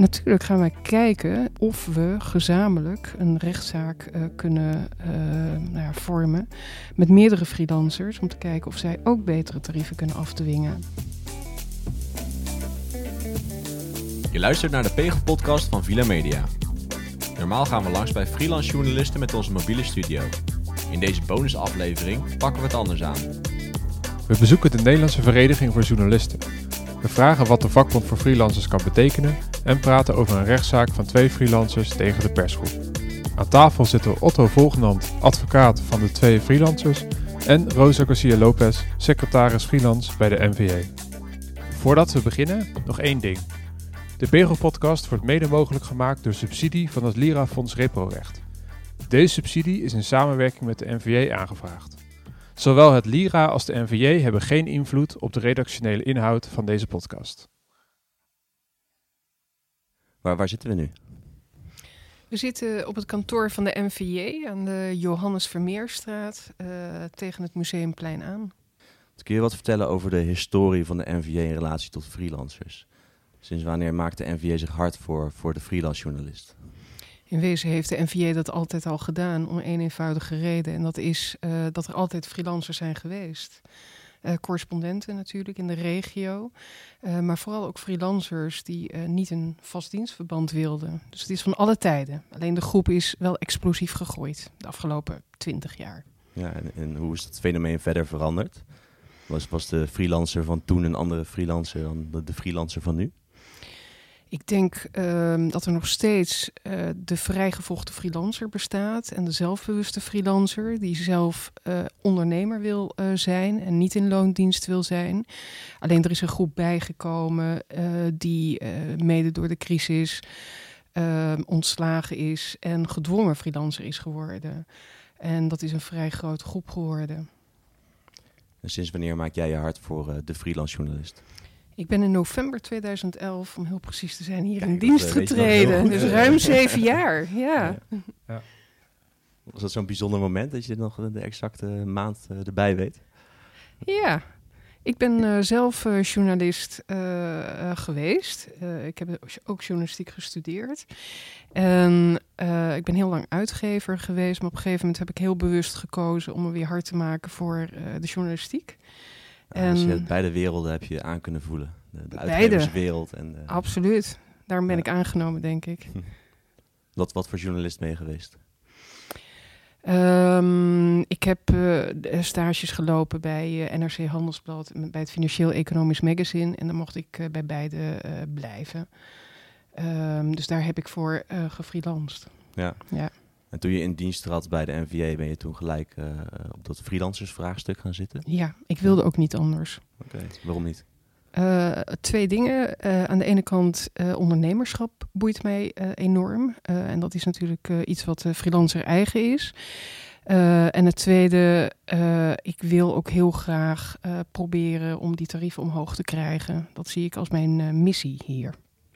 Natuurlijk gaan wij kijken of we gezamenlijk een rechtszaak kunnen vormen met meerdere freelancers om te kijken of zij ook betere tarieven kunnen afdwingen. Je luistert naar de Pegel-podcast van Villa Media. Normaal gaan we langs bij freelance journalisten met onze mobiele studio. In deze bonusaflevering pakken we het anders aan. We bezoeken de Nederlandse Vereniging voor Journalisten. We vragen wat de vakbond voor freelancers kan betekenen en praten over een rechtszaak van 2 freelancers tegen de persgroep. Aan tafel zitten Otto Volgenand, advocaat van de 2 freelancers, en Rosa Garcia Lopez, secretaris freelance bij de NVJ. Voordat we beginnen, nog 1 ding. De Pegel-podcast wordt mede mogelijk gemaakt door subsidie van het Lira-fonds Reprorecht. Deze subsidie is in samenwerking met de NVJ aangevraagd. Zowel het Lira als de NVJ hebben geen invloed op de redactionele inhoud van deze podcast. Waar zitten we nu? We zitten op het kantoor van de NVJ aan de Johannes Vermeerstraat tegen het Museumplein aan. Kun je wat vertellen over de historie van de NVJ in relatie tot freelancers? Sinds wanneer maakt de NVJ zich hard voor de freelance journalist? In wezen heeft de NVJ dat altijd al gedaan om 1 eenvoudige reden. En dat is dat er altijd freelancers zijn geweest. Correspondenten natuurlijk in de regio. Maar vooral ook freelancers die niet een vast dienstverband wilden. Dus het is van alle tijden. Alleen de groep is wel explosief gegroeid de afgelopen 20 jaar. Ja, en hoe is dat fenomeen verder veranderd? Was de freelancer van toen een andere freelancer dan de freelancer van nu? Ik denk dat er nog steeds de vrijgevochten freelancer bestaat en de zelfbewuste freelancer die zelf ondernemer wil zijn en niet in loondienst wil zijn. Alleen er is een groep bijgekomen die mede door de crisis ontslagen is en gedwongen freelancer is geworden. En dat is een vrij grote groep geworden. En sinds wanneer maak jij je hard voor de freelance journalist? Ik ben in november 2011, om heel precies te zijn, hier in dienst getreden. Dus ruim 7 jaar, ja. Was dat zo'n bijzonder moment dat je nog de exacte maand erbij weet? Ja, ik ben zelf journalist geweest. Ik heb ook journalistiek gestudeerd. En ik ben heel lang uitgever geweest. Maar op een gegeven moment heb ik heel bewust gekozen om me weer hard te maken voor de journalistiek. Dus beide werelden heb je aan kunnen voelen. De uitgeverswereld. Absoluut. Daarom ben ik aangenomen, denk ik. Wat voor journalist ben je geweest? Ik heb stages gelopen bij NRC Handelsblad, bij het Financieel Economisch Magazine. En dan mocht ik bij beide blijven. Dus daar heb ik voor gefreelanced. Ja. En toen je in dienst trad bij de NVJ, ben je toen gelijk op dat freelancersvraagstuk gaan zitten? Ja, ik wilde ook niet anders. Oké, waarom niet? 2 dingen. Aan de ene kant ondernemerschap boeit mij enorm. En dat is natuurlijk iets wat freelancer eigen is. En het tweede, ik wil ook heel graag proberen om die tarieven omhoog te krijgen. Dat zie ik als mijn missie hier.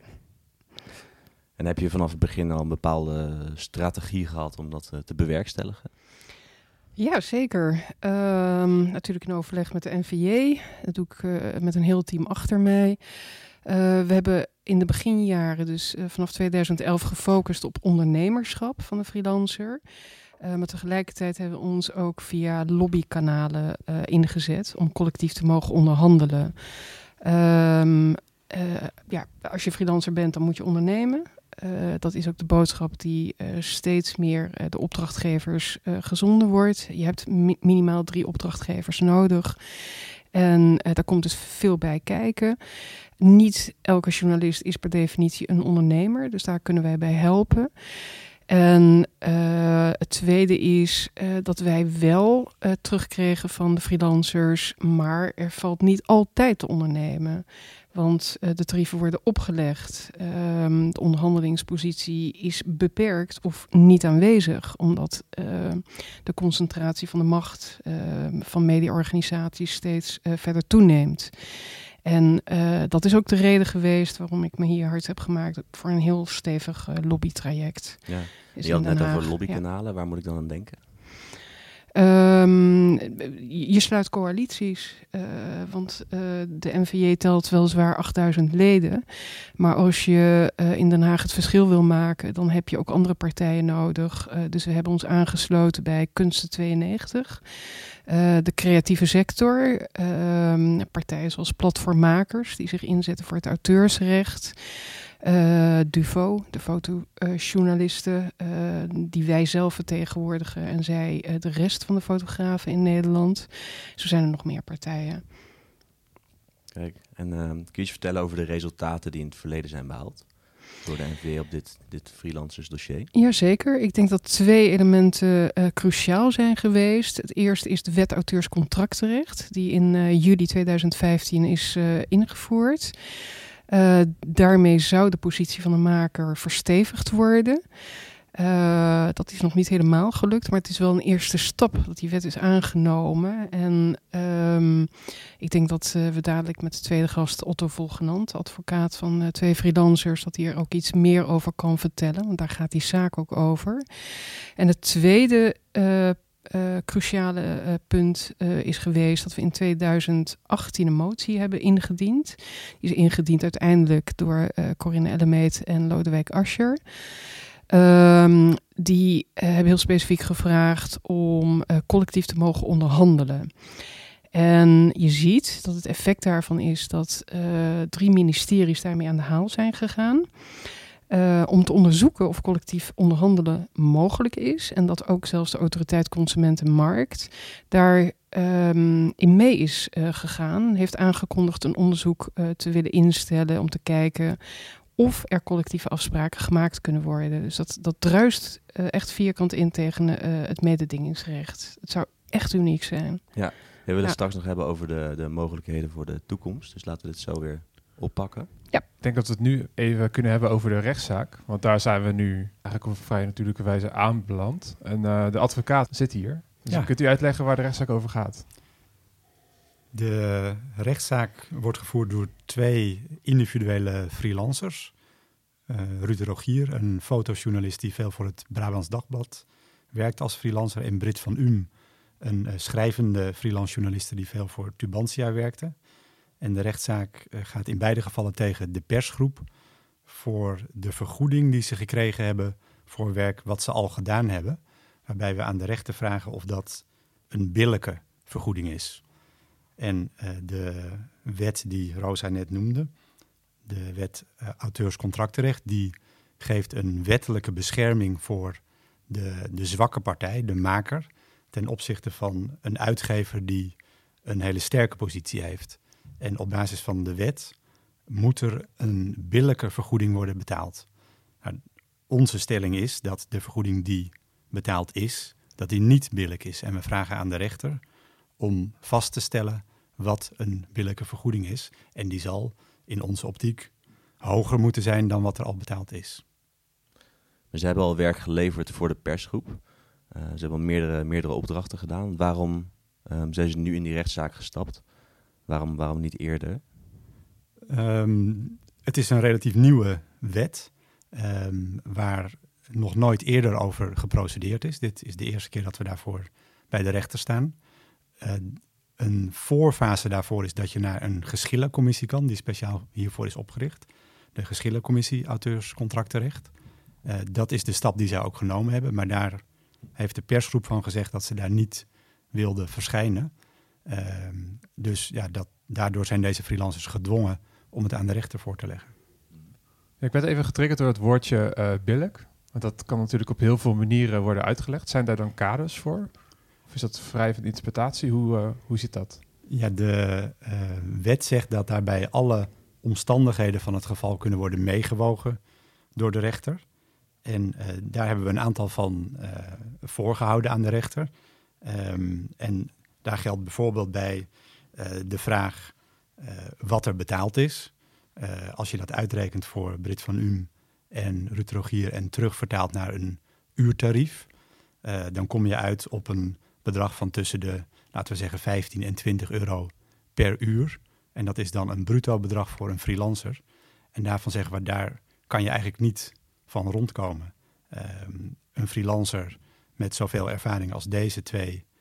En heb je vanaf het begin al een bepaalde strategie gehad om dat te bewerkstelligen? Ja, zeker. Natuurlijk in overleg met de NVJ. Dat doe ik met een heel team achter mij. We hebben in de beginjaren, dus vanaf 2011, gefocust op ondernemerschap van de freelancer. Maar tegelijkertijd hebben we ons ook via lobbykanalen ingezet om collectief te mogen onderhandelen. Als je freelancer bent, dan moet je ondernemen. Dat is ook de boodschap die steeds meer de opdrachtgevers gezonden wordt. Je hebt minimaal 3 opdrachtgevers nodig. En daar komt dus veel bij kijken. Niet elke journalist is per definitie een ondernemer. Dus daar kunnen wij bij helpen. En het tweede is dat wij wel terugkregen van de freelancers, maar er valt niet altijd te ondernemen. Want de tarieven worden opgelegd. De onderhandelingspositie is beperkt of niet aanwezig, omdat de concentratie van de macht van mediaorganisaties steeds verder toeneemt. En dat is ook de reden geweest waarom ik me hier hard heb gemaakt voor een heel stevig lobbytraject. Ja. Je had net over lobbykanalen, waar moet ik dan aan denken? Je sluit coalities, want de NVJ telt weliswaar 8000 leden. Maar als je in Den Haag het verschil wil maken, dan heb je ook andere partijen nodig. Dus we hebben ons aangesloten bij Kunsten 92. De creatieve sector, partijen zoals Platformmakers, die zich inzetten voor het auteursrecht. Dufo, de fotojournalisten, die wij zelf vertegenwoordigen en zij de rest van de fotografen in Nederland. Zo zijn er nog meer partijen. Kijk, en kun je eens vertellen over de resultaten die in het verleden zijn behaald door de NVJ op dit freelancersdossier? Jazeker. Ik denk dat 2 elementen cruciaal zijn geweest. Het eerste is de wet auteurscontractenrecht, die in juli 2015 is ingevoerd. Daarmee zou de positie van de maker verstevigd worden. Dat is nog niet helemaal gelukt, maar het is wel een eerste stap dat die wet is aangenomen. En ik denk dat we dadelijk met de tweede gast, Otto Volgenant, advocaat van 2 freelancers, dat hij er ook iets meer over kan vertellen. Want daar gaat die zaak ook over. En het tweede cruciale punt is geweest dat we in 2018 een motie hebben ingediend. Die is ingediend uiteindelijk door Corinne Ellemeet en Lodewijk Asscher. Die hebben heel specifiek gevraagd om collectief te mogen onderhandelen. En je ziet dat het effect daarvan is dat 3 ministeries daarmee aan de haal zijn gegaan. Om te onderzoeken of collectief onderhandelen mogelijk is. En dat ook zelfs de Autoriteit Consumentenmarkt daar in mee is gegaan. Heeft aangekondigd een onderzoek te willen instellen om te kijken of er collectieve afspraken gemaakt kunnen worden. Dus dat druist echt vierkant in tegen het mededingingsrecht. Het zou echt uniek zijn. Ja, we willen straks nog hebben over de mogelijkheden voor de toekomst. Dus laten we dit zo weer oppakken. Ja. Ik denk dat we het nu even kunnen hebben over de rechtszaak. Want daar zijn we nu eigenlijk op een vrij natuurlijke wijze aanbeland. En de advocaat zit hier. Dus kunt u uitleggen waar de rechtszaak over gaat? De rechtszaak wordt gevoerd door 2 individuele freelancers. Ruud Rogier, een fotojournalist die veel voor het Brabants Dagblad werkt als freelancer. En Brit van Uhm, een schrijvende freelance journaliste die veel voor Tubantia werkte. En de rechtszaak gaat in beide gevallen tegen de persgroep voor de vergoeding die ze gekregen hebben voor werk wat ze al gedaan hebben. Waarbij we aan de rechter vragen of dat een billijke vergoeding is. En de wet die Rosa net noemde, de wet auteurscontractenrecht, die geeft een wettelijke bescherming voor de zwakke partij, de maker, ten opzichte van een uitgever die een hele sterke positie heeft. En op basis van de wet moet er een billijke vergoeding worden betaald. Nou, onze stelling is dat de vergoeding die betaald is, dat die niet billijk is. En we vragen aan de rechter om vast te stellen wat een billijke vergoeding is. En die zal in onze optiek hoger moeten zijn dan wat er al betaald is. Ze hebben al werk geleverd voor de persgroep. Ze hebben al meerdere opdrachten gedaan. Waarom zijn ze nu in die rechtszaak gestapt? Waarom niet eerder? Het is een relatief nieuwe wet waar nog nooit eerder over geprocedeerd is. Dit is de eerste keer dat we daarvoor bij de rechter staan. Een voorfase daarvoor is dat je naar een geschillencommissie kan, die speciaal hiervoor is opgericht. De geschillencommissie auteurscontractenrecht. Dat is de stap die zij ook genomen hebben, maar daar heeft de persgroep van gezegd dat ze daar niet wilden verschijnen. Dus ja, daardoor zijn deze freelancers gedwongen om het aan de rechter voor te leggen. Ja, ik werd even getriggerd door het woordje billijk. Want dat kan natuurlijk op heel veel manieren worden uitgelegd. Zijn daar dan kaders voor? Of is dat vrij van interpretatie? Hoe zit dat? Ja, de wet zegt dat daarbij alle omstandigheden van het geval kunnen worden meegewogen door de rechter. En daar hebben we een aantal van voorgehouden aan de rechter. En daar geldt bijvoorbeeld bij de vraag wat er betaald is. Als je dat uitrekent voor Brit van Uhm en Ruud Rogier en terugvertaalt naar een uurtarief, dan kom je uit op een bedrag van tussen de, laten we zeggen, 15 en 20 euro per uur. En dat is dan een bruto bedrag voor een freelancer. En daarvan zeggen we, daar kan je eigenlijk niet van rondkomen. Een freelancer met zoveel ervaring als deze 2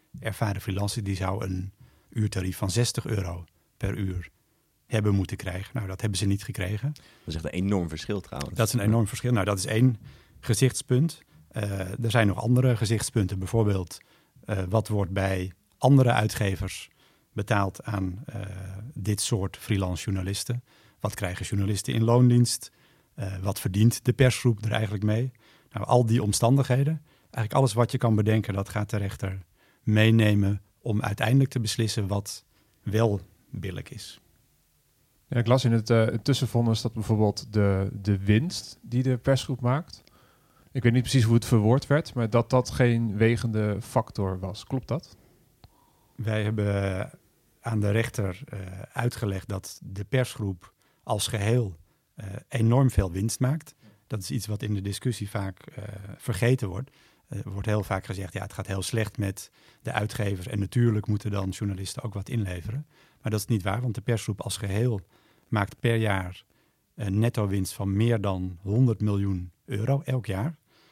ervaren freelancer die zou een uurtarief van €60 per uur hebben moeten krijgen. Nou, dat hebben ze niet gekregen. Dat is echt een enorm verschil trouwens. Dat is een enorm verschil. Nou, dat is één gezichtspunt. Er zijn nog andere gezichtspunten. Bijvoorbeeld, wat wordt bij andere uitgevers betaald aan dit soort freelance journalisten? Wat krijgen journalisten in loondienst? Wat verdient de persgroep er eigenlijk mee? Nou, al die omstandigheden, eigenlijk alles wat je kan bedenken, dat gaat de rechter meenemen om uiteindelijk te beslissen wat wel billijk is. Ja, ik las in het tussenvonnis dat bijvoorbeeld de winst die de persgroep maakt, ik weet niet precies hoe het verwoord werd, maar dat geen wegende factor was. Klopt dat? Wij hebben aan de rechter uitgelegd dat de persgroep als geheel enorm veel winst maakt. Dat is iets wat in de discussie vaak vergeten wordt. Er wordt heel vaak gezegd, ja, het gaat heel slecht met de uitgevers en natuurlijk moeten dan journalisten ook wat inleveren. Maar dat is niet waar, want de persgroep als geheel maakt per jaar een netto winst van meer dan €100 miljoen elk jaar.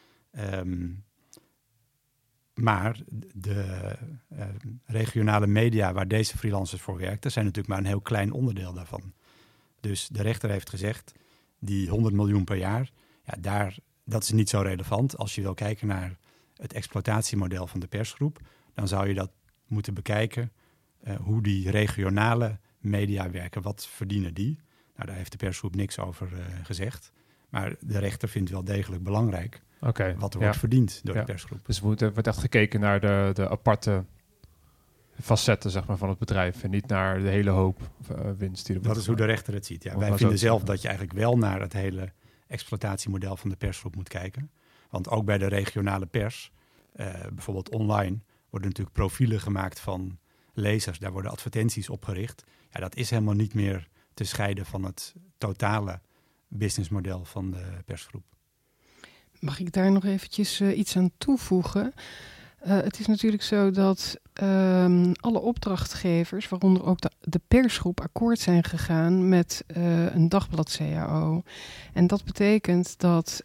Maar de regionale media waar deze freelancers voor werkten, zijn natuurlijk maar een heel klein onderdeel daarvan. Dus de rechter heeft gezegd, die 100 miljoen per jaar, ja, dat is niet zo relevant. Als je wil kijken naar het exploitatiemodel van de persgroep, dan zou je dat moeten bekijken, hoe die regionale media werken. Wat verdienen die? Nou, daar heeft de persgroep niks over gezegd. Maar de rechter vindt wel degelijk belangrijk wat er wordt verdiend door de persgroep. Dus er wordt echt gekeken naar de aparte facetten, zeg maar, van het bedrijf en niet naar de hele hoop winst die er wordt. Dat is hoe de rechter het ziet. Ja. Wij vinden zelf dat je eigenlijk wel naar het hele exploitatiemodel van de persgroep moet kijken. Want ook bij de regionale pers, bijvoorbeeld online, worden natuurlijk profielen gemaakt van lezers. Daar worden advertenties op gericht. Ja, dat is helemaal niet meer te scheiden van het totale businessmodel van de persgroep. Mag ik daar nog eventjes iets aan toevoegen? Het is natuurlijk zo dat alle opdrachtgevers, waaronder ook de persgroep, akkoord zijn gegaan met een dagblad-CAO. En dat betekent dat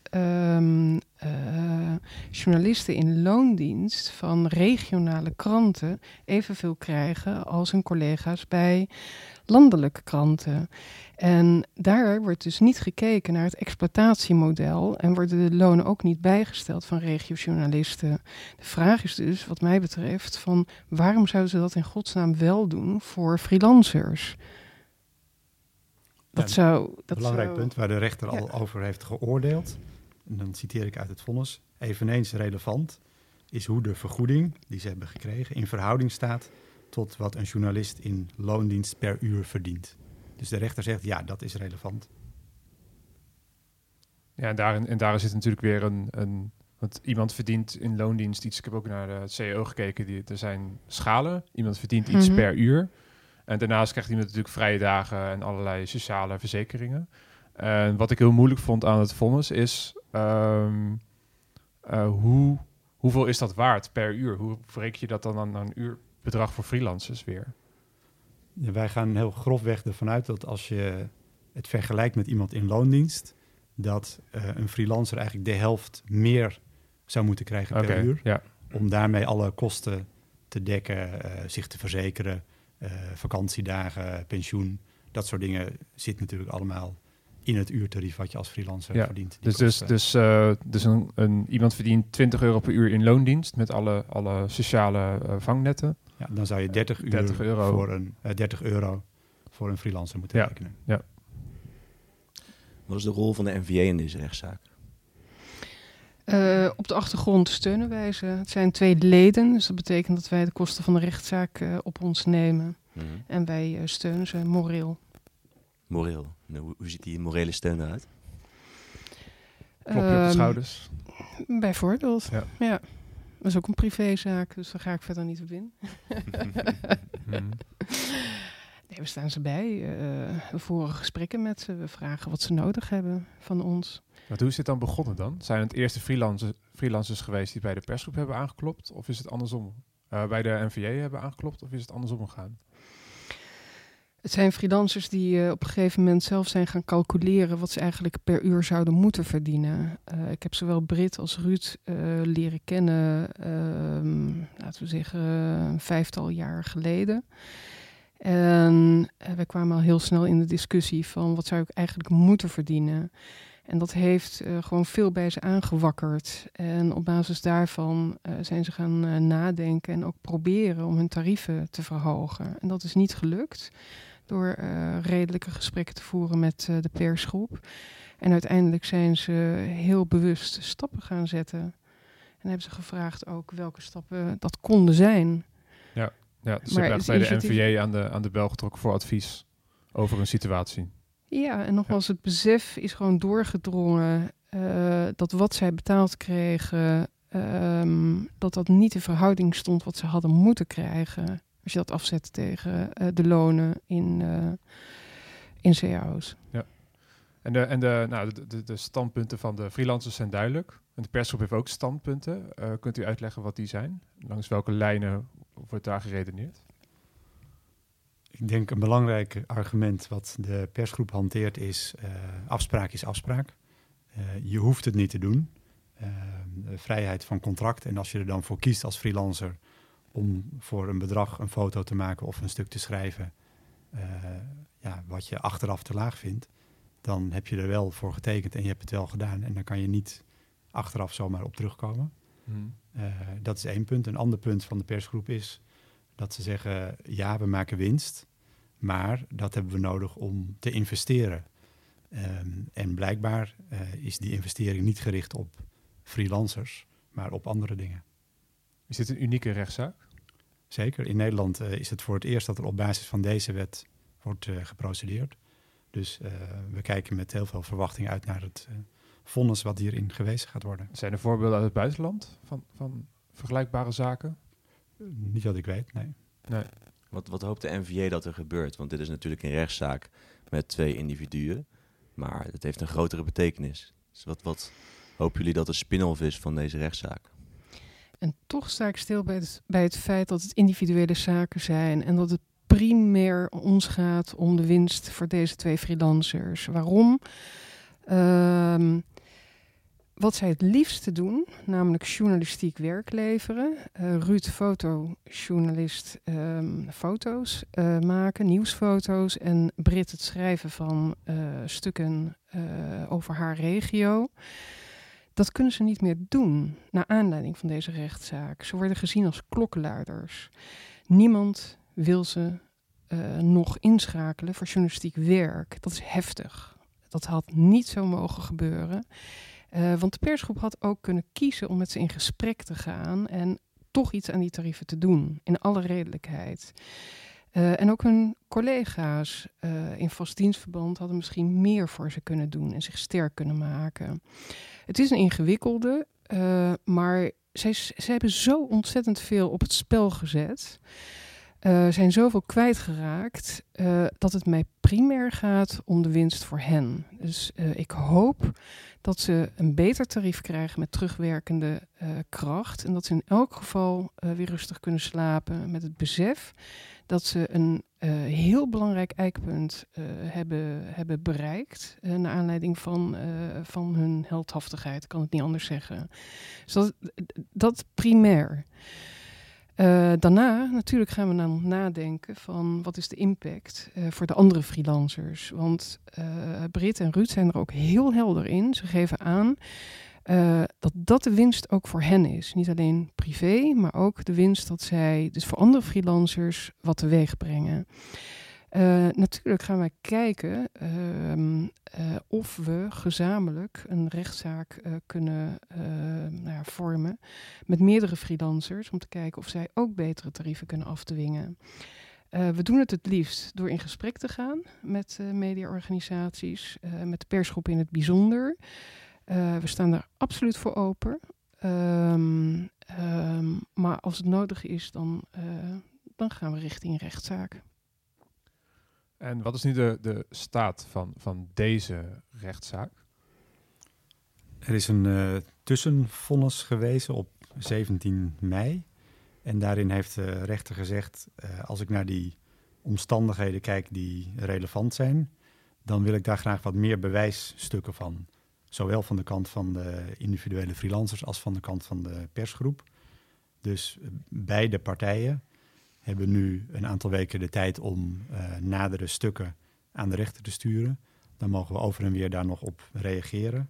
journalisten in loondienst van regionale kranten evenveel krijgen als hun collega's bij landelijke kranten. En daar wordt dus niet gekeken naar het exploitatiemodel en worden de lonen ook niet bijgesteld van regiojournalisten. De vraag is dus, wat mij betreft, van waarom zouden ze dat in godsnaam wel doen voor freelancers? Belangrijk punt waar de rechter al over heeft geoordeeld. En dan citeer ik uit het vonnis. Eveneens relevant is hoe de vergoeding die ze hebben gekregen in verhouding staat tot wat een journalist in loondienst per uur verdient. Dus de rechter zegt, ja, dat is relevant. Ja, en daar zit natuurlijk weer want iemand verdient in loondienst iets. Ik heb ook naar de CAO gekeken. Er zijn schalen. Iemand verdient iets per uur. En daarnaast krijgt iemand natuurlijk vrije dagen en allerlei sociale verzekeringen. En wat ik heel moeilijk vond aan het vonnis is hoeveel is dat waard per uur? Hoe verreken je dat dan aan een uurbedrag voor freelancers weer? Ja, wij gaan heel grofweg ervan uit dat als je het vergelijkt met iemand in loondienst, dat een freelancer eigenlijk de helft meer zou moeten krijgen per uur. Ja. Om daarmee alle kosten te dekken, zich te verzekeren, vakantiedagen, pensioen, dat soort dingen zit natuurlijk allemaal in het uurtarief wat je als freelancer verdient. Dus iemand verdient €20 per uur in loondienst met alle sociale vangnetten. Ja, dan zou je 30 euro voor een freelancer moeten rekenen. Ja. Wat is de rol van de NVA in deze rechtszaak? Op de achtergrond steunen wij ze. Het zijn 2 leden, dus dat betekent dat wij de kosten van de rechtszaak op ons nemen. Mm-hmm. En wij steunen ze moreel. Moreel? Nou, hoe ziet die morele steun eruit? Klop je op de schouders? Bijvoorbeeld, ja. Dat is ook een privézaak, dus daar ga ik verder niet op in. Nee, we staan ze bij. We voeren gesprekken met ze. We vragen wat ze nodig hebben van ons. Maar hoe is dit dan begonnen dan? Zijn het eerste freelancers geweest die bij de persgroep hebben aangeklopt? Of is het andersom? Bij de NVA hebben aangeklopt? Of is het andersom gegaan? Het zijn freelancers die op een gegeven moment zelf zijn gaan calculeren wat ze eigenlijk per uur zouden moeten verdienen. Ik heb zowel Brit als Ruud leren kennen, laten we zeggen, een 5-tal jaar geleden. En wij kwamen al heel snel in de discussie van wat zou ik eigenlijk moeten verdienen. En dat heeft gewoon veel bij ze aangewakkerd. En op basis daarvan zijn ze gaan nadenken en ook proberen om hun tarieven te verhogen. En dat is niet gelukt door redelijke gesprekken te voeren met de persgroep. En uiteindelijk zijn ze heel bewust stappen gaan zetten. En hebben ze gevraagd ook welke stappen dat konden zijn. Ja, dus je hebt echt bij de NVJ aan de bel getrokken voor advies over een situatie. Ja, en nogmaals, het besef is gewoon doorgedrongen dat wat zij betaald kregen, dat niet in verhouding stond wat ze hadden moeten krijgen. Als je dat afzet tegen de lonen in cao's. Ja. En de standpunten van de freelancers zijn duidelijk. En de persgroep heeft ook standpunten. Kunt u uitleggen wat die zijn? Langs welke lijnen wordt daar geredeneerd? Ik denk een belangrijk argument wat de persgroep hanteert is afspraak is afspraak. Je hoeft het niet te doen. Vrijheid van contract. En als je er dan voor kiest als freelancer om voor een bedrag een foto te maken of een stuk te schrijven, wat je achteraf te laag vindt, dan heb je er wel voor getekend en je hebt het wel gedaan. En dan kan je niet achteraf zomaar op terugkomen. Dat is één punt. Een ander punt van de persgroep is dat ze zeggen, ja, we maken winst, maar dat hebben we nodig om te investeren. En blijkbaar is die investering niet gericht op freelancers, maar op andere dingen. Is dit een unieke rechtszaak? Zeker. In Nederland is het voor het eerst dat er op basis van deze wet wordt geprocedeerd. Dus we kijken met heel veel verwachting uit naar het vonnis wat hierin gewezen gaat worden. Zijn er voorbeelden uit het buitenland van vergelijkbare zaken? Niet dat ik weet, nee. Wat hoopt de NVJ dat er gebeurt? Want dit is natuurlijk een rechtszaak met 2 individuen, maar het heeft een grotere betekenis. Dus wat hopen jullie dat de spin-off is van deze rechtszaak? En toch sta ik stil bij het feit dat het individuele zaken zijn en dat het primair ons gaat om de winst voor deze 2 freelancers. Waarom? Wat zij het liefste doen, namelijk journalistiek werk leveren. Ruud, fotojournalist, foto's maken, nieuwsfoto's. En Brit het schrijven van stukken over haar regio. Dat kunnen ze niet meer doen, naar aanleiding van deze rechtszaak. Ze worden gezien als klokkenluiders. Niemand wil ze nog inschakelen voor journalistiek werk. Dat is heftig. Dat had niet zo mogen gebeuren. Want de persgroep had ook kunnen kiezen om met ze in gesprek te gaan en toch iets aan die tarieven te doen, in alle redelijkheid. En ook hun collega's in vast dienstverband hadden misschien meer voor ze kunnen doen en zich sterk kunnen maken. Het is een ingewikkelde, maar ze hebben zo ontzettend veel op het spel gezet. Zijn zoveel kwijtgeraakt dat het mij primair gaat om de winst voor hen. Dus ik hoop dat ze een beter tarief krijgen met terugwerkende kracht. En dat ze in elk geval weer rustig kunnen slapen met het besef dat ze een heel belangrijk eikpunt hebben bereikt. Naar aanleiding van hun heldhaftigheid, ik kan het niet anders zeggen. Dus dat primair. Daarna natuurlijk gaan we dan nadenken van wat is de impact voor de andere freelancers. Want Brit en Ruud zijn er ook heel helder in. Ze geven aan dat de winst ook voor hen is. Niet alleen privé, maar ook de winst dat zij dus voor andere freelancers wat teweeg brengen. Natuurlijk gaan wij kijken of we gezamenlijk een rechtszaak kunnen vormen met meerdere freelancers om te kijken of zij ook betere tarieven kunnen afdwingen. We doen het liefst door in gesprek te gaan met mediaorganisaties, met de persgroep in het bijzonder. We staan daar absoluut voor open. Maar als het nodig is, dan gaan we richting rechtszaak. En wat is nu de staat van deze rechtszaak? Er is een tussenvonnis gewezen op 17 mei. En daarin heeft de rechter gezegd, als ik naar die omstandigheden kijk die relevant zijn, dan wil ik daar graag wat meer bewijsstukken van. Zowel van de kant van de individuele freelancers als van de kant van de persgroep. Dus beide partijen hebben nu een aantal weken de tijd om nadere stukken aan de rechter te sturen. Dan mogen we over en weer daar nog op reageren.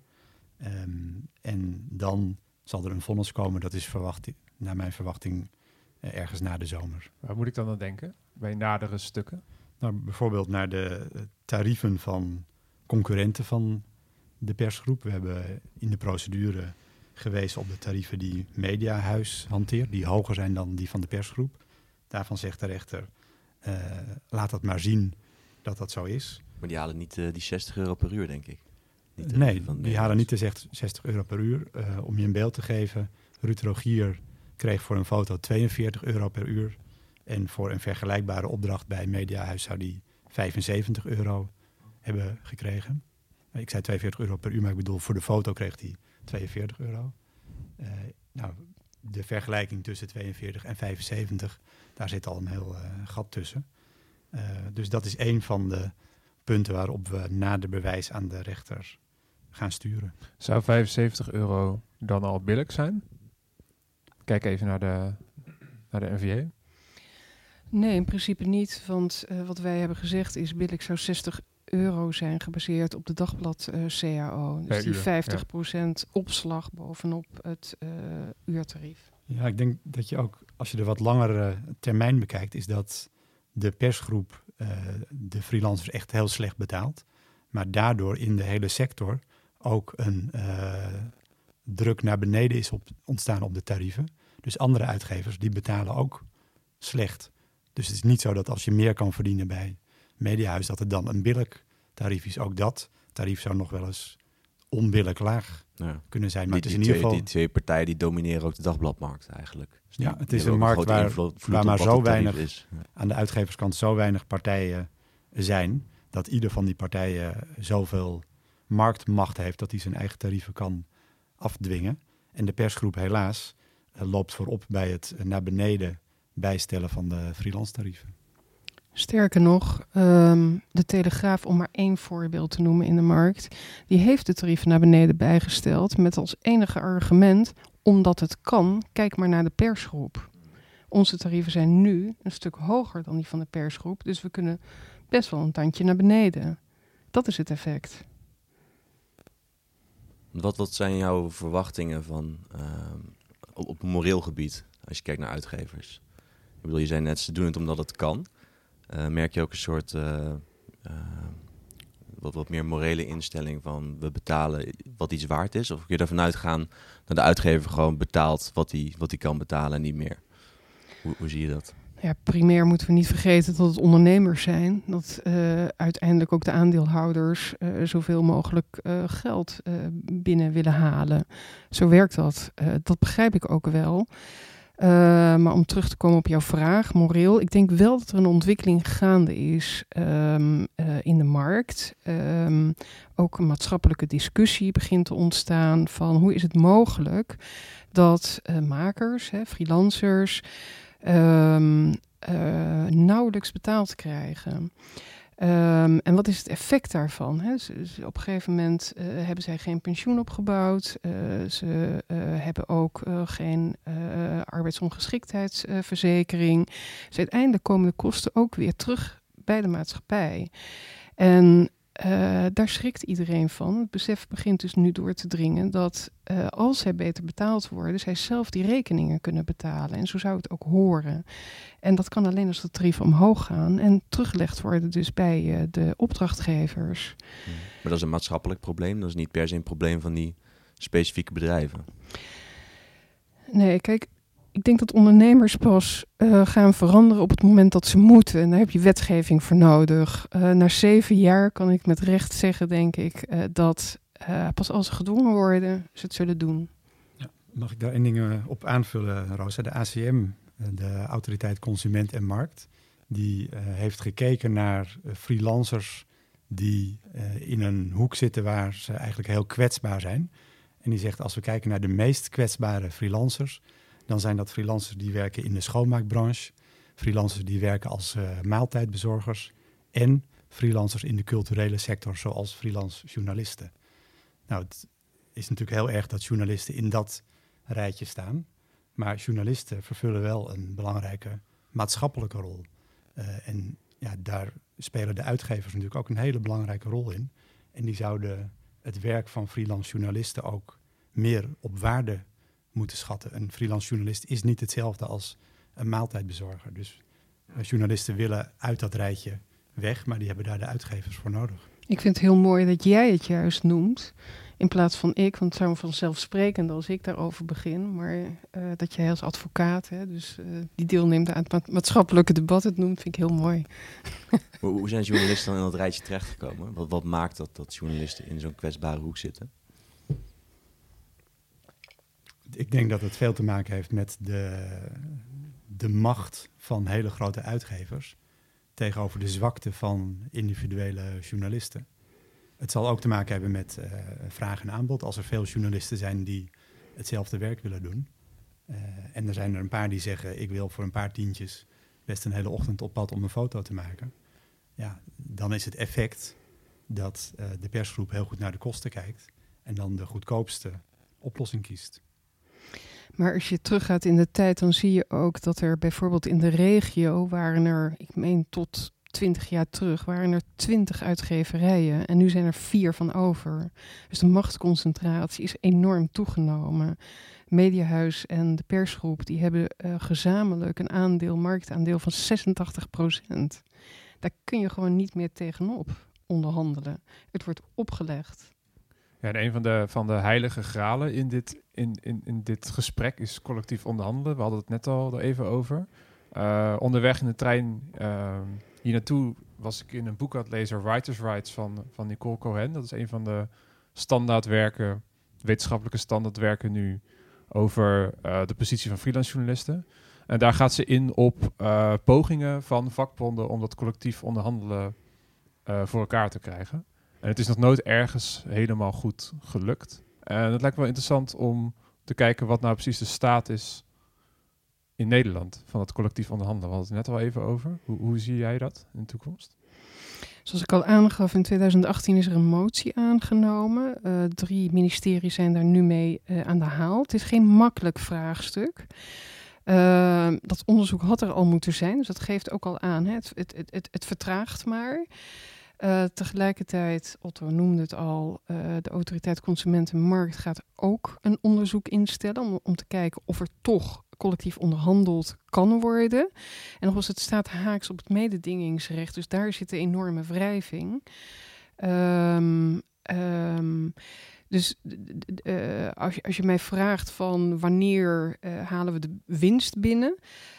En dan zal er een vonnis komen, dat is naar mijn verwachting ergens na de zomer. Waar moet ik dan aan denken bij nadere stukken? Nou, bijvoorbeeld naar de tarieven van concurrenten van de persgroep. We hebben in de procedure gewezen op de tarieven die Mediahuis hanteert, die hoger zijn dan die van de persgroep. Daarvan zegt de rechter, laat dat maar zien dat dat zo is. Maar die halen niet die €60 per uur, denk ik. Nee, die halen niet de €60 per uur. Om je een beeld te geven, Ruud Rogier kreeg voor een foto €42 per uur. En voor een vergelijkbare opdracht bij Mediahuis zou die €75 hebben gekregen. Ik zei €42 per uur, maar ik bedoel, voor de foto kreeg hij €42. Nou, de vergelijking tussen 42 en 75, daar zit al een heel gat tussen. Dus dat is één van de punten waarop we nader bewijs aan de rechter gaan sturen. Zou €75 dan al billig zijn? Kijk even naar de NVA. Nee, in principe niet. Want wat wij hebben gezegd is billig zou €60 zijn, gebaseerd op de dagblad CAO. Dus Per die uur, 50% opslag bovenop het uurtarief. Ja, ik denk dat je ook, als je de wat langere termijn bekijkt, is dat de persgroep de freelancers echt heel slecht betaalt. Maar daardoor in de hele sector ook een druk naar beneden is ontstaan op de tarieven. Dus andere uitgevers die betalen ook slecht. Dus het is niet zo dat als je meer kan verdienen bij Mediahuis, dat het dan een billig tarief is. Ook dat tarief zou nog wel eens onbillig laag kunnen zijn. Maar het is in ieder geval... Die twee partijen die domineren ook de dagbladmarkt eigenlijk. Dus ja, het is een markt waar maar zo weinig is. Aan de uitgeverskant zo weinig partijen zijn, dat ieder van die partijen zoveel marktmacht heeft dat hij zijn eigen tarieven kan afdwingen. En de persgroep helaas loopt voorop bij het naar beneden bijstellen van de freelance tarieven. Sterker nog, de Telegraaf, om maar één voorbeeld te noemen in de markt, die heeft de tarieven naar beneden bijgesteld met als enige argument, omdat het kan, kijk maar naar de persgroep. Onze tarieven zijn nu een stuk hoger dan die van de persgroep, dus we kunnen best wel een tandje naar beneden. Dat is het effect. Wat zijn jouw verwachtingen van op een moreel gebied, als je kijkt naar uitgevers? Ik bedoel, je zei net, ze doen het omdat het kan. Merk je ook een soort wat meer morele instelling van we betalen wat iets waard is? Of kun je ervan uitgaan dat de uitgever gewoon betaalt wat hij kan betalen en niet meer? Hoe zie je dat? Ja, primair moeten we niet vergeten dat het ondernemers zijn. Dat uiteindelijk ook de aandeelhouders zoveel mogelijk geld binnen willen halen. Zo werkt dat. Dat begrijp ik ook wel. Maar om terug te komen op jouw vraag, moreel. Ik denk wel dat er een ontwikkeling gaande is in de markt. Ook een maatschappelijke discussie begint te ontstaan van hoe is het mogelijk dat makers, freelancers, nauwelijks betaald krijgen. En wat is het effect daarvan? Hè? Op een gegeven moment hebben zij geen pensioen opgebouwd. Ze hebben ook geen arbeidsongeschiktheidsverzekering. Dus uiteindelijk komen de kosten ook weer terug bij de maatschappij. En daar schrikt iedereen van. Het besef begint dus nu door te dringen dat als zij beter betaald worden, zij zelf die rekeningen kunnen betalen. En zo zou het ook horen. En dat kan alleen als de tarieven omhoog gaan en teruggelegd worden dus bij de opdrachtgevers. Maar dat is een maatschappelijk probleem. Dat is niet per se een probleem van die specifieke bedrijven. Nee, kijk, ik denk dat ondernemers pas gaan veranderen op het moment dat ze moeten. En daar heb je wetgeving voor nodig. Na 7 jaar kan ik met recht zeggen, denk ik, dat pas als ze gedwongen worden, ze het zullen doen. Ja, mag ik daar één ding op aanvullen, Rosa? De ACM, de Autoriteit Consument en Markt, die heeft gekeken naar freelancers die in een hoek zitten waar ze eigenlijk heel kwetsbaar zijn. En die zegt, als we kijken naar de meest kwetsbare freelancers, dan zijn dat freelancers die werken in de schoonmaakbranche, freelancers die werken als maaltijdbezorgers en freelancers in de culturele sector, zoals freelance journalisten. Nou, het is natuurlijk heel erg dat journalisten in dat rijtje staan, maar journalisten vervullen wel een belangrijke maatschappelijke rol. En ja, daar spelen de uitgevers natuurlijk ook een hele belangrijke rol in. En die zouden het werk van freelance journalisten ook meer op waarde moeten schatten. Een freelance journalist is niet hetzelfde als een maaltijdbezorger. Dus journalisten willen uit dat rijtje weg, maar die hebben daar de uitgevers voor nodig. Ik vind het heel mooi dat jij het juist noemt, in plaats van ik, want het zou vanzelfsprekend als ik daarover begin, maar dat jij als advocaat, dus die deelneemt aan het maatschappelijke debat, het noemt, vind ik heel mooi. Hoe zijn journalisten dan in dat rijtje terechtgekomen? Wat maakt dat journalisten in zo'n kwetsbare hoek zitten? Ik denk dat het veel te maken heeft met de macht van hele grote uitgevers tegenover de zwakte van individuele journalisten. Het zal ook te maken hebben met vraag en aanbod. Als er veel journalisten zijn die hetzelfde werk willen doen. En er zijn er een paar die zeggen, ik wil voor een paar tientjes best een hele ochtend op pad om een foto te maken. Ja, dan is het effect dat de persgroep heel goed naar de kosten kijkt en dan de goedkoopste oplossing kiest. Maar als je teruggaat in de tijd, dan zie je ook dat er bijvoorbeeld in de regio waren er, ik meen tot 20 jaar terug, waren er 20 uitgeverijen en nu zijn er 4 van over. Dus de machtsconcentratie is enorm toegenomen. Mediahuis en de persgroep, die hebben gezamenlijk een marktaandeel van 86%. Daar kun je gewoon niet meer tegenop onderhandelen. Het wordt opgelegd. Ja, en een van de heilige gralen in dit gesprek is collectief onderhandelen. We hadden het net al er even over. Onderweg in de trein hier naartoe was ik in een boek aan het lezen, Writers' Rights van Nicole Cohen. Dat is een van de standaardwerken, wetenschappelijke standaardwerken nu, over de positie van freelance journalisten. En daar gaat ze in op pogingen van vakbonden om dat collectief onderhandelen voor elkaar te krijgen. En het is nog nooit ergens helemaal goed gelukt. En het lijkt wel interessant om te kijken wat nou precies de staat is in Nederland van het collectief onderhandelen. We hadden het net al even over. Hoe zie jij dat in de toekomst? Zoals ik al aangaf, in 2018 is er een motie aangenomen. 3 ministeries zijn daar nu mee aan de haal. Het is geen makkelijk vraagstuk. Dat onderzoek had er al moeten zijn, dus dat geeft ook al aan. Hè? Het vertraagt maar. Tegelijkertijd, Otto noemde het al, de Autoriteit Consumentenmarkt gaat ook een onderzoek instellen om te kijken of er toch collectief onderhandeld kan worden. En nogmaals, het staat haaks op het mededingingsrecht, dus daar zit een enorme wrijving. Dus als je mij vraagt van wanneer halen we de winst binnen,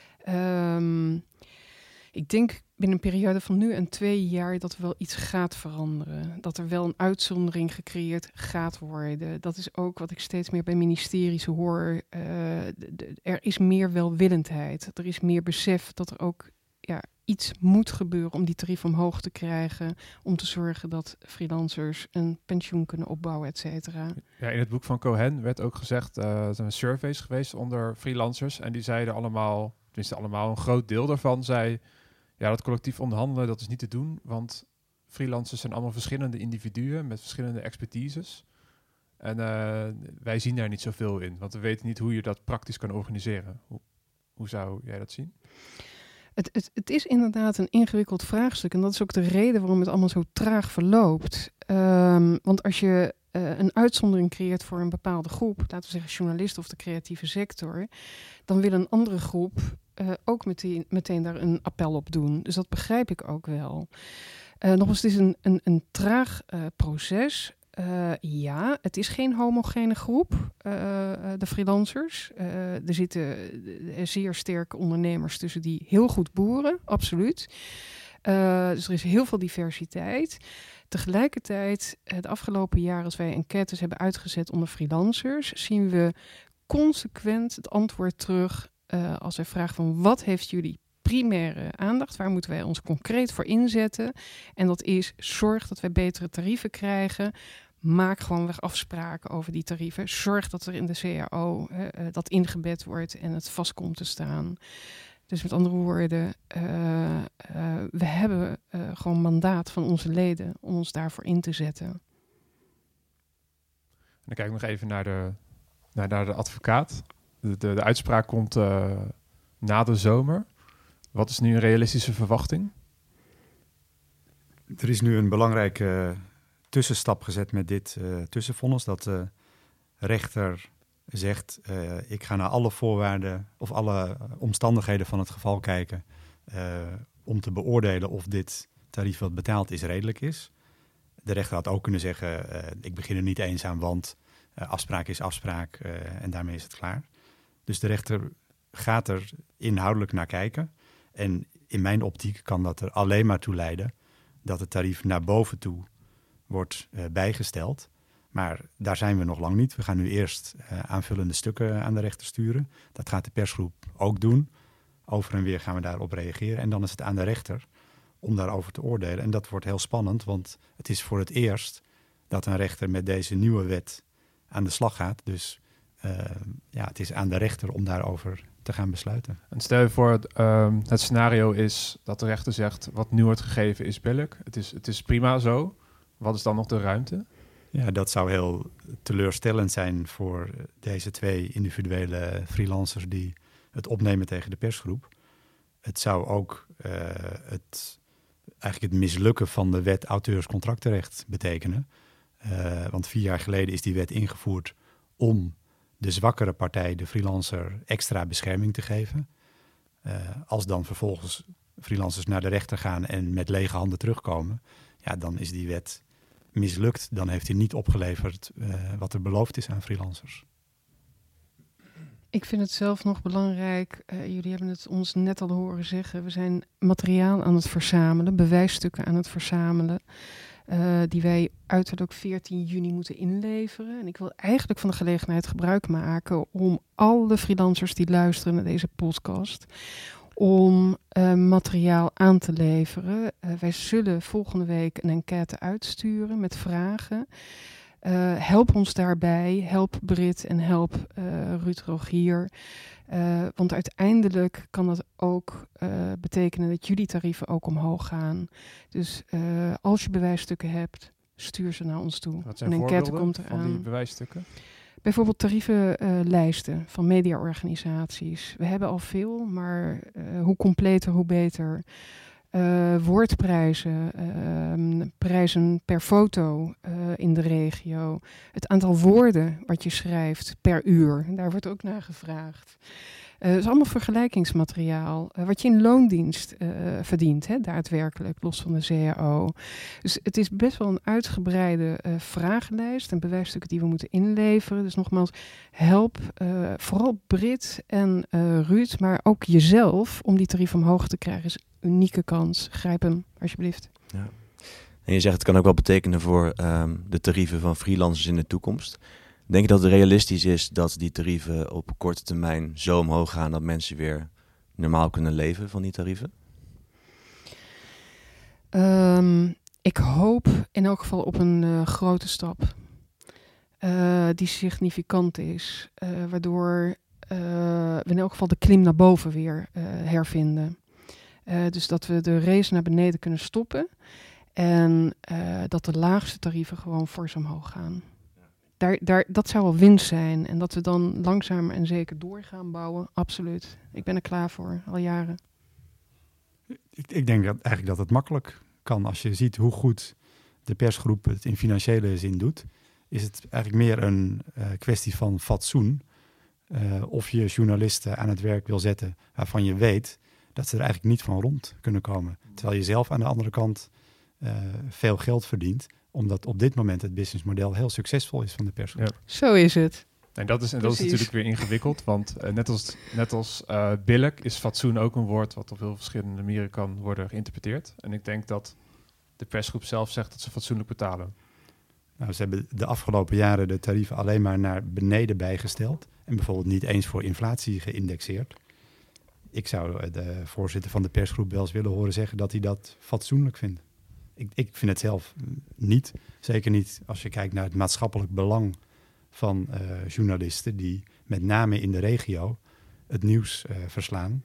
ik denk binnen een periode van nu en 2 jaar dat er wel iets gaat veranderen. Dat er wel een uitzondering gecreëerd gaat worden. Dat is ook wat ik steeds meer bij ministeries hoor. Er is meer welwillendheid. Er is meer besef dat er ook iets moet gebeuren om die tarief omhoog te krijgen. Om te zorgen dat freelancers een pensioen kunnen opbouwen, et cetera. Ja, in het boek van Cohen werd ook gezegd, er zijn surveys geweest onder freelancers. En die zeiden allemaal, tenminste allemaal, een groot deel daarvan zei, ja, dat collectief onderhandelen, dat is niet te doen. Want freelancers zijn allemaal verschillende individuen met verschillende expertises. En wij zien daar niet zoveel in, want we weten niet hoe je dat praktisch kan organiseren. Hoe zou jij dat zien? Het is inderdaad een ingewikkeld vraagstuk. En dat is ook de reden waarom het allemaal zo traag verloopt. Want als je een uitzondering creëert voor een bepaalde groep, laten we zeggen journalisten of de creatieve sector, dan wil een andere groep ook meteen daar een appel op doen. Dus dat begrijp ik ook wel. Nog eens, het is een traag proces. Ja, het is geen homogene groep, de freelancers. Er zitten zeer sterke ondernemers tussen die heel goed boeren, absoluut. Dus er is heel veel diversiteit. Tegelijkertijd, de afgelopen jaren, als wij enquêtes hebben uitgezet onder freelancers, zien we consequent het antwoord terug als wij vragen van wat heeft jullie primaire aandacht, waar moeten wij ons concreet voor inzetten? En dat is, zorg dat wij betere tarieven krijgen. Maak gewoon weer afspraken over die tarieven. Zorg dat er in de CAO dat ingebed wordt en het vast komt te staan. Dus met andere woorden, we hebben gewoon mandaat van onze leden om ons daarvoor in te zetten. Dan kijk ik nog even naar de advocaat. De uitspraak komt na de zomer. Wat is nu een realistische verwachting? Er is nu een belangrijke tussenstap gezet met dit tussenvonnis. Dat de rechter zegt, ik ga naar alle voorwaarden of alle omstandigheden van het geval kijken om te beoordelen of dit tarief wat betaald is redelijk is. De rechter had ook kunnen zeggen, ik begin er niet eens aan, want afspraak is afspraak en daarmee is het klaar. Dus de rechter gaat er inhoudelijk naar kijken. En in mijn optiek kan dat er alleen maar toe leiden dat het tarief naar boven toe wordt bijgesteld. Maar daar zijn we nog lang niet. We gaan nu eerst aanvullende stukken aan de rechter sturen. Dat gaat de persgroep ook doen. Over en weer gaan we daarop reageren. En dan is het aan de rechter om daarover te oordelen. En dat wordt heel spannend, want het is voor het eerst dat een rechter met deze nieuwe wet aan de slag gaat. Dus het is aan de rechter om daarover te gaan besluiten. En stel je voor, het scenario is dat de rechter zegt, wat nu wordt gegeven is billig. Het is prima zo. Wat is dan nog de ruimte? Ja, dat zou heel teleurstellend zijn voor deze 2 individuele freelancers die het opnemen tegen de persgroep. Het zou ook eigenlijk het mislukken van de wet auteurscontractenrecht betekenen. Want 4 jaar geleden is die wet ingevoerd om de zwakkere partij, de freelancer, extra bescherming te geven. Als dan vervolgens freelancers naar de rechter gaan en met lege handen terugkomen, ja, dan is die wet mislukt. Dan heeft hij niet opgeleverd wat er beloofd is aan freelancers. Ik vind het zelf nog belangrijk, jullie hebben het ons net al horen zeggen, we zijn materiaal aan het verzamelen, bewijsstukken aan het verzamelen, die wij uiterlijk 14 juni moeten inleveren. En ik wil eigenlijk van de gelegenheid gebruik maken om alle freelancers die luisteren naar deze podcast, om materiaal aan te leveren. Wij zullen volgende week een enquête uitsturen met vragen. Help ons daarbij, help Brit en help Ruud Rogier. Want uiteindelijk kan dat ook betekenen dat jullie tarieven ook omhoog gaan. Dus als je bewijsstukken hebt, stuur ze naar ons toe. Wat zijn een enquête voorbeelden komt van eraan. die bewijsstukken? Bijvoorbeeld tarievenlijsten van mediaorganisaties. We hebben al veel, maar hoe completer, hoe beter. Woordprijzen, prijzen per foto in de regio. Het aantal woorden wat je schrijft per uur, daar wordt ook naar gevraagd. Het is allemaal vergelijkingsmateriaal. Wat je in loondienst verdient, daadwerkelijk, los van de CAO. Dus het is best wel een uitgebreide vragenlijst en bewijsstukken die we moeten inleveren. Dus nogmaals, help vooral Brit en Ruud, maar ook jezelf om die tarief omhoog te krijgen. Is een unieke kans. Grijp hem, alsjeblieft. Ja. En je zegt het kan ook wel betekenen voor de tarieven van freelancers in de toekomst. Denk je dat het realistisch is dat die tarieven op korte termijn zo omhoog gaan dat mensen weer normaal kunnen leven van die tarieven? Ik hoop in elk geval op een grote stap die significant is, waardoor we in elk geval de klim naar boven weer hervinden. Dus dat we de race naar beneden kunnen stoppen en dat de laagste tarieven gewoon fors omhoog gaan. Dat zou wel winst zijn. En dat we dan langzaam en zeker door gaan bouwen. Absoluut. Ik ben er klaar voor, al jaren. Ik denk eigenlijk dat het makkelijk kan. Als je ziet hoe goed de persgroep het in financiële zin doet, is het eigenlijk meer een kwestie van fatsoen. Of je journalisten aan het werk wil zetten waarvan je weet dat ze er eigenlijk niet van rond kunnen komen. Terwijl je zelf aan de andere kant veel geld verdient, omdat op dit moment het businessmodel heel succesvol is van de persgroep. Ja. Zo is het. En dat is natuurlijk weer ingewikkeld, want net als billig is fatsoen ook een woord wat op heel verschillende manieren kan worden geïnterpreteerd. En ik denk dat de persgroep zelf zegt dat ze fatsoenlijk betalen. Nou, ze hebben de afgelopen jaren de tarieven alleen maar naar beneden bijgesteld en bijvoorbeeld niet eens voor inflatie geïndexeerd. Ik zou de voorzitter van de persgroep wel eens willen horen zeggen dat hij dat fatsoenlijk vindt. Ik vind het zelf niet. Zeker niet als je kijkt naar het maatschappelijk belang van journalisten die met name in de regio het nieuws verslaan.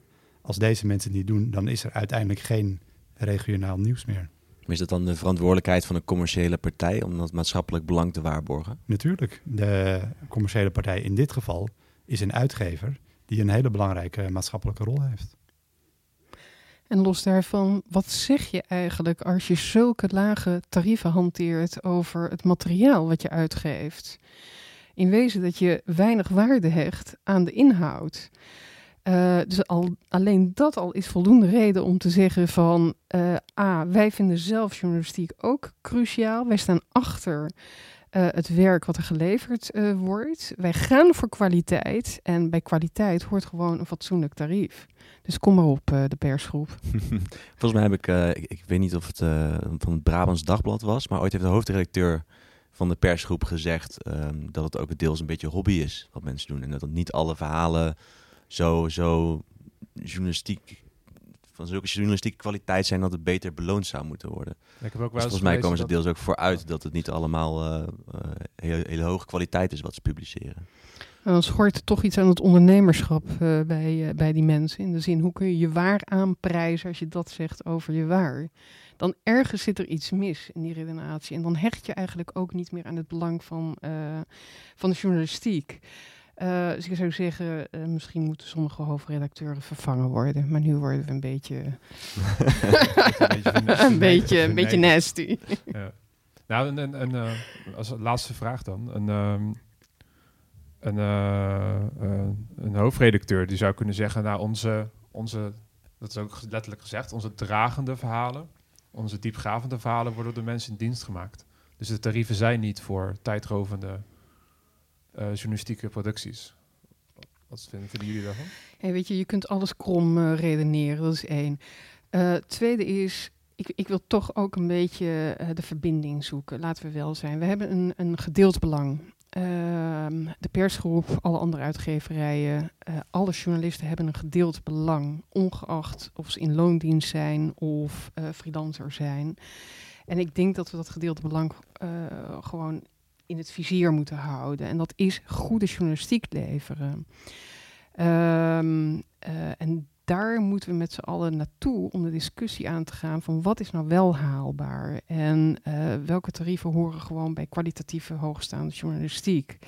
als deze mensen het niet doen, dan is er uiteindelijk geen regionaal nieuws meer. Is dat dan de verantwoordelijkheid van een commerciële partij om dat maatschappelijk belang te waarborgen? Natuurlijk, de commerciële partij in dit geval is een uitgever die een hele belangrijke maatschappelijke rol heeft. En los daarvan, wat zeg je eigenlijk als je zulke lage tarieven hanteert over het materiaal wat je uitgeeft? In wezen dat je weinig waarde hecht aan de inhoud. Dus alleen dat al is voldoende reden om te zeggen van... wij vinden zelf journalistiek ook cruciaal. Wij staan achter het werk wat er geleverd wordt. Wij gaan voor kwaliteit. En bij kwaliteit hoort gewoon een fatsoenlijk tarief. Dus kom maar op, de persgroep. Volgens mij heb ik weet niet of het van het Brabants Dagblad was... maar ooit heeft de hoofdredacteur van de persgroep gezegd... dat het ook deels een beetje hobby is wat mensen doen. En dat niet alle verhalen... Zo journalistiek, van zulke journalistieke kwaliteit zijn dat het beter beloond zou moeten worden. Ik heb ook wel dus volgens mij komen ze deels ook vooruit dat het niet allemaal hele hoge kwaliteit is wat ze publiceren. En dan schort toch iets aan het ondernemerschap bij die mensen. In de zin, hoe kun je je waar aanprijzen als je dat zegt over je waar? Dan ergens zit er iets mis in die redenatie. En dan hecht je eigenlijk ook niet meer aan het belang van de journalistiek. Dus ik zou zeggen, misschien moeten sommige hoofdredacteuren vervangen worden. Maar nu worden we een beetje... een beetje nasty. Ja. Nou, en als laatste vraag dan. Een hoofdredacteur die zou kunnen zeggen... Nou, onze, dat is ook letterlijk gezegd... onze dragende verhalen, onze diepgravende verhalen... worden door de mensen in dienst gemaakt. Dus de tarieven zijn niet voor tijdrovende... journalistieke producties. Wat vinden jullie daarvan? Hey, weet je kunt alles krom redeneren, dat is 1. Tweede is, ik wil toch ook een beetje de verbinding zoeken. Laten we wel zijn. We hebben een gedeeld belang. De persgroep, alle andere uitgeverijen, alle journalisten hebben een gedeeld belang. Ongeacht of ze in loondienst zijn of freelancer zijn. En ik denk dat we dat gedeelde belang gewoon... in het vizier moeten houden. En dat is goede journalistiek leveren. En daar moeten we met z'n allen naartoe om de discussie aan te gaan van wat is nou wel haalbaar en welke tarieven horen gewoon bij kwalitatieve hoogstaande journalistiek.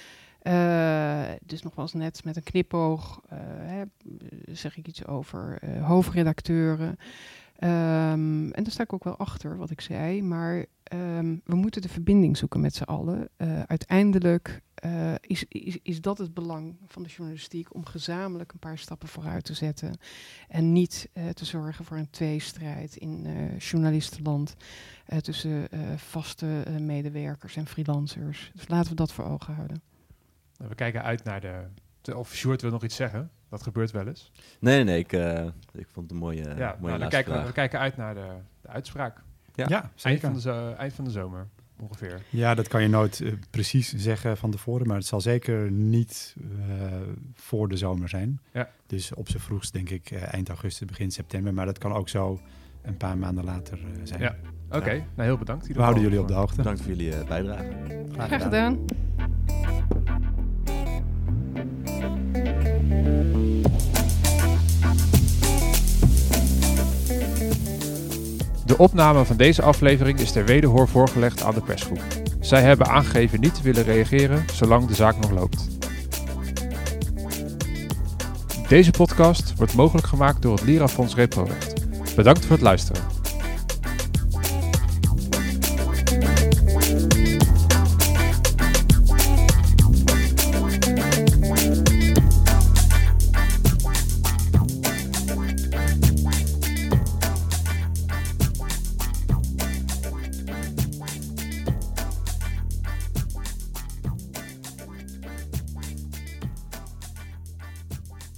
Dus nogmaals net met een knipoog zeg ik iets over hoofdredacteuren. En daar sta ik ook wel achter wat ik zei, maar we moeten de verbinding zoeken met z'n allen. Uiteindelijk is dat het belang van de journalistiek om gezamenlijk een paar stappen vooruit te zetten en niet te zorgen voor een tweestrijd in journalistenland tussen vaste medewerkers en freelancers. Dus laten we dat voor ogen houden. We kijken uit naar of Sjoerd wil nog iets zeggen. Dat gebeurt wel eens. Nee. Ik vond het een mooie laatste vraag. We kijken uit naar de uitspraak. Ja, zeker. Eind van de zomer ongeveer. Ja, dat kan je nooit precies zeggen van tevoren. Maar het zal zeker niet voor de zomer zijn. Ja. Dus op z'n vroegst denk ik eind augustus, begin september. Maar dat kan ook zo een paar maanden later zijn. Ja. Oké. Nou, heel bedankt. We houden jullie op de hoogte. Bedankt voor jullie bijdrage. Graag gedaan. De opname van deze aflevering is ter wederhoor voorgelegd aan de persgroep. Zij hebben aangegeven niet te willen reageren zolang de zaak nog loopt. Deze podcast wordt mogelijk gemaakt door het Lirafonds Reprorecht. Bedankt voor het luisteren.